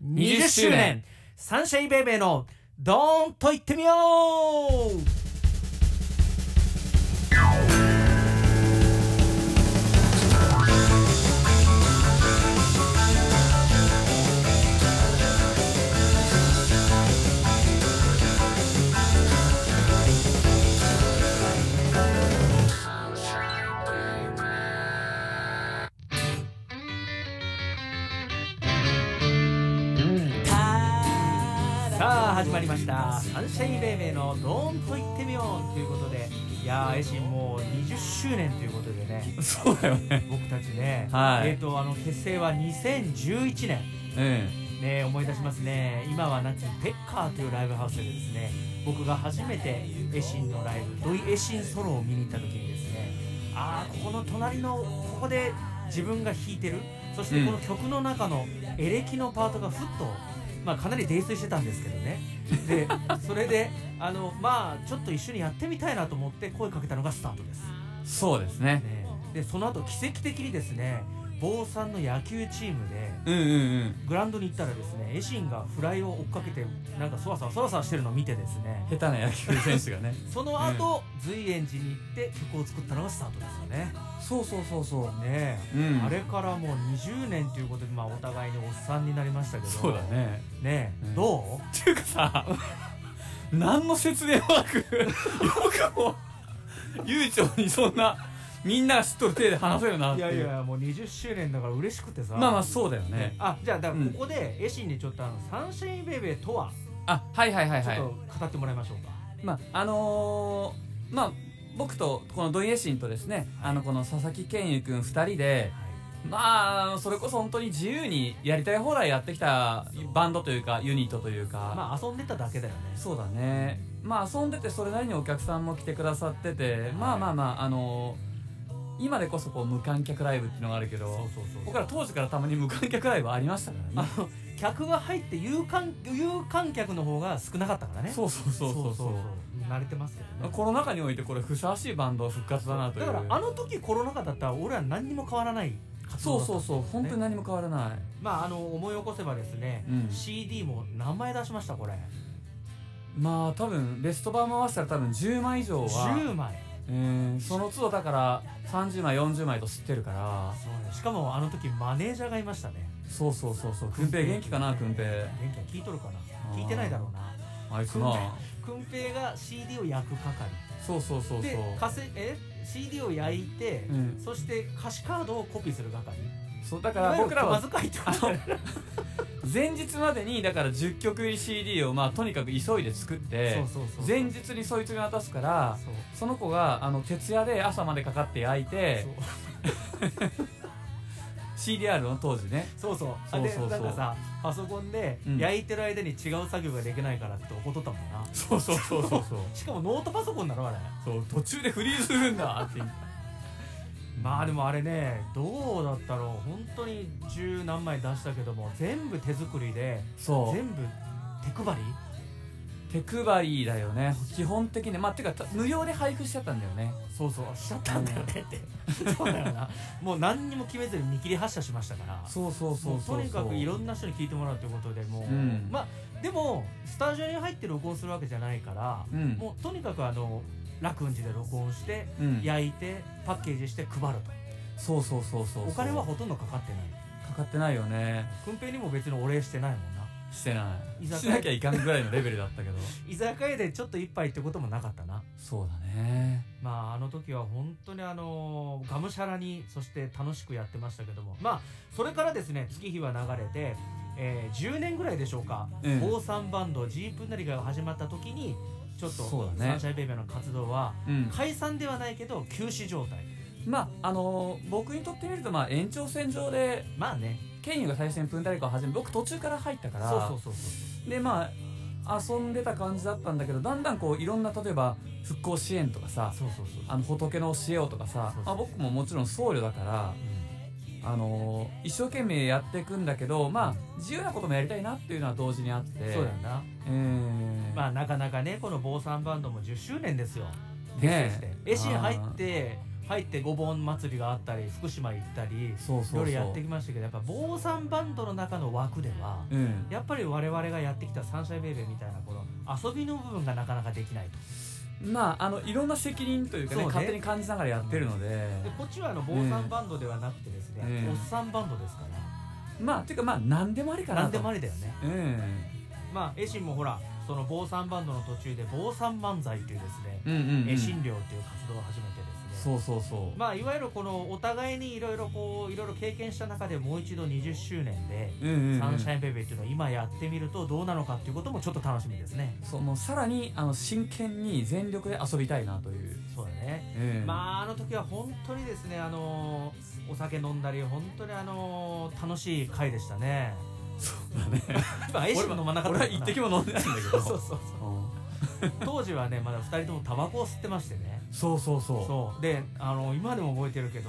20周年サンシャインベイベーのドーンと言ってみよう。さあ始まりましたサンシャインベイベーのドーンと言ってみようということで、いやーエシンもう20周年ということでね。 そうだよね。 僕たちね、 はい、 結成は2011年、ね、思い出しますね。今はなんていうペッカーというライブハウスでですね、僕が初めてエシンのライブドイエシンソロを見に行った時にですね、ここの隣のここで自分が弾いてる、そしてこの曲の中のエレキのパートがふっと、かなり泥酔してたんですけどね。でそれでちょっと一緒にやってみたいなと思って声かけたのがスタートです。 そうですね。 でその後奇跡的にですね、坊さんの野球チームでグラウンドに行ったらですね、エシンがフライを追っかけてなんかそわそわしてるのを見てですね、 下手な野球選手がねその後、随園寺に行って曲を作ったのがスタートですよね。 そうね、あれからもう20年ということで、お互いにおっさんになりましたけど。 そうだね。 どうっていうかさ何の説明もなくよくも悠長にそんなみんなが知っとる手で話せるなっていう。 いやもう20周年だから嬉しくてさ。 そうだよね。 じゃあだからここでエシンにちょっとサンシャインベイベーとははいちょっと語ってもらいましょうか。僕とこのドイエシンとですね、この佐々木健佑君2人で、それこそ本当に自由にやりたい放題やってきたバンドというかユニットというか、 遊んでただけだよね。 そうだね。遊んでてそれなりにお客さんも来てくださってて、今でこそこう無観客ライブっていうのがあるけど、僕ら当時からたまに無観客ライブありましたからね。 客が入って有観客の方が少なかったからね。 そう慣れてますけどね。 コロナ禍においてこれふさわしいバンド復活だなという。 だからあの時コロナ禍だったら俺は何にも変わらない活動だったんですよね。 本当に何も変わらない。 思い起こせばですね、CD も何枚出しましたこれ。 多分ベスト版回したら多分10枚以上は。 10枚。 その都度だから30枚40枚と知ってるから。 そうね。しかもあの時マネージャーがいましたね。 そうくんぺい元気かな。くんぺい元気聞いとるかな。聞いてないだろうなあいつな。 くんぺいが CD を焼く係。 そうでCD を焼いて、そして歌詞カードをコピーする係。 そうだから僕らは小遣いってこと前日までにだから10曲入り CD をとにかく急いで作って前日にそいつに渡すから、その子が徹夜で朝までかかって焼いてCDR の当時ね。 でなんかさ、パソコンで焼いてる間に違う作業ができないからって怒っとったもんな。 そうしかもノートパソコンだろあれ。 途中でフリーズするんだってでもあれね、どうだったろう。本当に10何枚出したけども全部手作りで、全部手配りだよね基本的に。てか無料で配布しちゃったんだよね。 しちゃったんだよねってそうだよな。もう何にも決めずに見切り発車しましたから。とにかくいろんな人に聞いてもらうということで、もう、でもスタジオに入って録音するわけじゃないから、もうとにかく楽雲寺で録音して、焼いてパッケージして配ると。お金はほとんどかかってないよね。 くんぺいにも別にお礼してないもんな。 してないしなきゃいかんぐらいのレベルだったけど居酒屋でちょっと一杯ってこともなかったな。 そうだね。 あの時は本当にがむしゃらに、そして楽しくやってましたけども、それからですね、月日は流れて、10年ぐらいでしょうか、坊さんバンドジープなりが始まった時にちょっとサンシャインベイベーの活動は解散ではないけど休止状態。 僕にとってみると延長線上でケンユが最初にプンタリカを始め、僕途中から入ったからで遊んでた感じだったんだけど、だんだんこういろんな、例えば復興支援とかさ、仏の教えをとかさ、僕ももちろん僧侶だから、一生懸命やっていくんだけど、自由なこともやりたいなっていうのは同時にあって。 そうだよな。なかなかね、この坊さんバンドも10周年ですよ。エシン入って入ってごぼん祭りがあったり福島行ったりいろいろやってきましたけど、やっぱ坊さんバンドの中の枠では、やっぱり我々がやってきたサンシャインベイベーみたいなこの遊びの部分がなかなかできないと。 まあいろんな責任というかね、勝手に感じながらやってるの でこっちは坊さんバンドではなくてですね、おっさんバンドですから、 まあていうかまあ何でもありかなと。 何でもありだよね。まあエシンもほらその坊さんバンドの途中で坊さん漫才っていうですね、エシン寮っていう活動を始めてですね、 そうまあいわゆるこのお互いにいろいろ経験した中でもう一度20周年でサンシャインベイベーっていうのを今やってみるとどうなのかっていうこともちょっと楽しみですね。 もうさらに真剣に全力で遊びたいなという。 そうだね、まああの時は本当にですねお酒飲んだり本当に楽しい回でしたね。 そうだねエシン飲まなかった俺は一滴も飲んでないんだけどそう当時はねまだ2人ともタバコを吸ってましてね。 そうで今でも覚えてるけど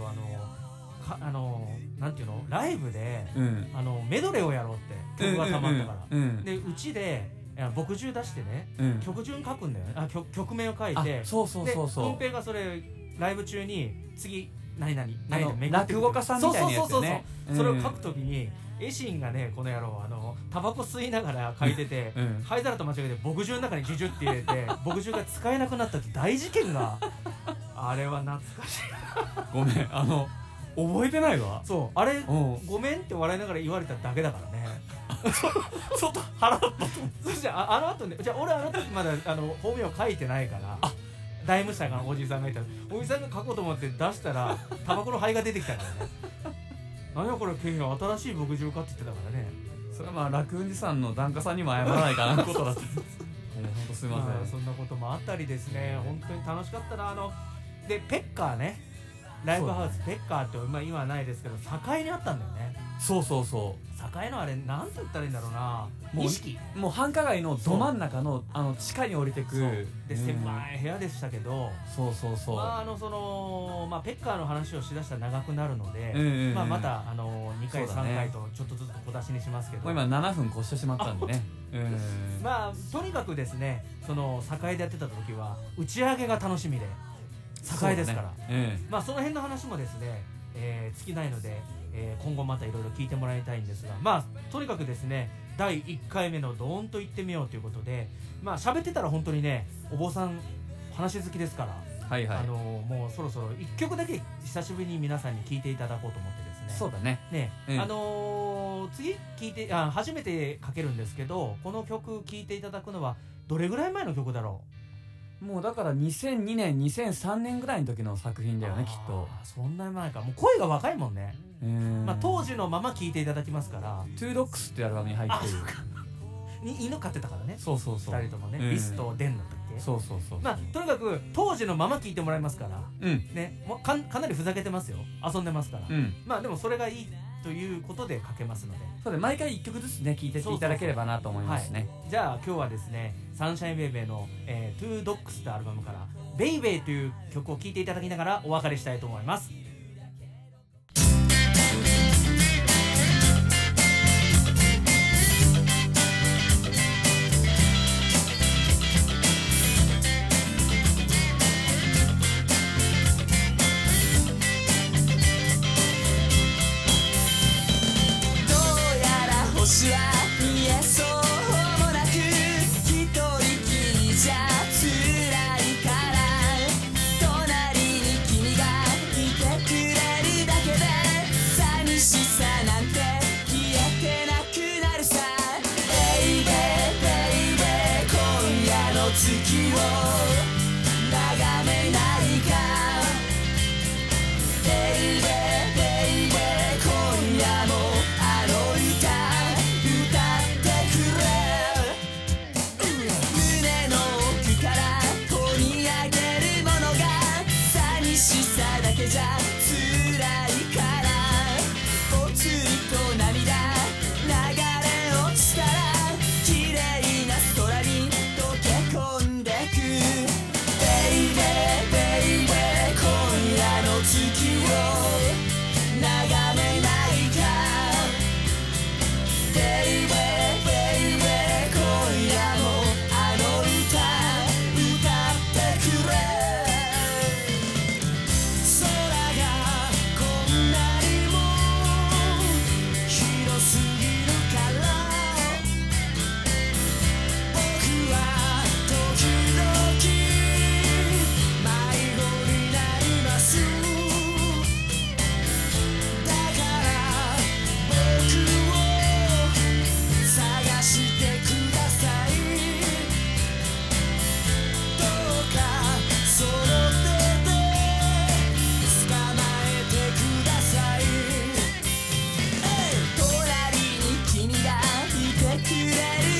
なんていうのライブで、メドレーをやろうって曲がたまったから、でうちで墨汁出してね、曲順書くんだよね。曲名を書いて、 そうで運平がそれライブ中に次何々 落語家さんみたいなやつね。 それを書くときにエシンがねこの野郎タバコ吸いながら書いてて、灰皿と間違えて墨汁の中にジュジュって入れて墨汁が使えなくなったって大事件があれは懐かしいごめん覚えてないわ。 そうあれごめんって笑いながら言われただけだからねちょっと腹立った。 そしてあの後ね、じゃあ俺あの時まだ本名を書いてないから大無者のおじさんがいたらおじさんが書こうと思って出したらタバコの灰が出てきたからね何やこれケンが新しい墨汁かって言ってたからね。 それはまあ楽雲寺さんの檀家さんにも謝らないかなことだった本当すいません、 そんなこともあったりですね。本当に楽しかったな。でペッカーね、ライブハウスペッカーって今はないですけど境にあったんだよね。 そう境のあれなんて言ったらいいんだろうな、 もう繁華街のど真ん中の地下に降りてくで狭い部屋でしたけど、 そうまあペッカーの話をしだしたら長くなるので、また2回3回とちょっとずつ小出しにしますけど、 もう今7分越してしまったんでねまあとにかくですね、その栄でやってた時は打ち上げが楽しみで栄ですから、まあその辺の話もですね、尽きないので、今後またいろいろ聞いてもらいたいんですが、まあとにかくですね第1回目のドーンと言ってみようということで、まあ喋ってたら本当にねお坊さん話好きですから、もうそろそろ1曲だけ久しぶりに皆さんに聴いていただこうと思ってですね。 そうだね。 次聴いて初めてかけるんですけど、この曲聴いていただくのはどれぐらい前の曲だろう。 もうだから2002年2003年ぐらいの時の作品だよねきっと。 そんな前か。もう声が若いもんね。まあ、当時のまま聴いていただきますから。 トゥードックスっていうアルバムに入ってる犬飼ってたからね。 そう2 人ともね、リスとデンだったっけ。 そうまあとにかく当時のまま聴いてもらいますから、ね、もうかなりふざけてますよ、遊んでますから、まあでもそれがいいということでかけますので、 そうで毎回1曲ずつね聴いていただければなと思いますね。 じゃあ今日はですねサンシャインベイベーの「トゥードッグス」というアルバムから「ベイベー」という曲を聴いていただきながらお別れしたいと思います。 星は見えそうもなく一人きりじゃ辛いから隣に君がいてくれるだけで寂しさなんて消えてなくなるさ。ベイベーベイベー今夜の月を眺めないか。ベイベーベイベー今夜もあの歌じゃ辛いからぽつりと涙流れ落ちたら綺麗な空に溶け込んでく。 くれる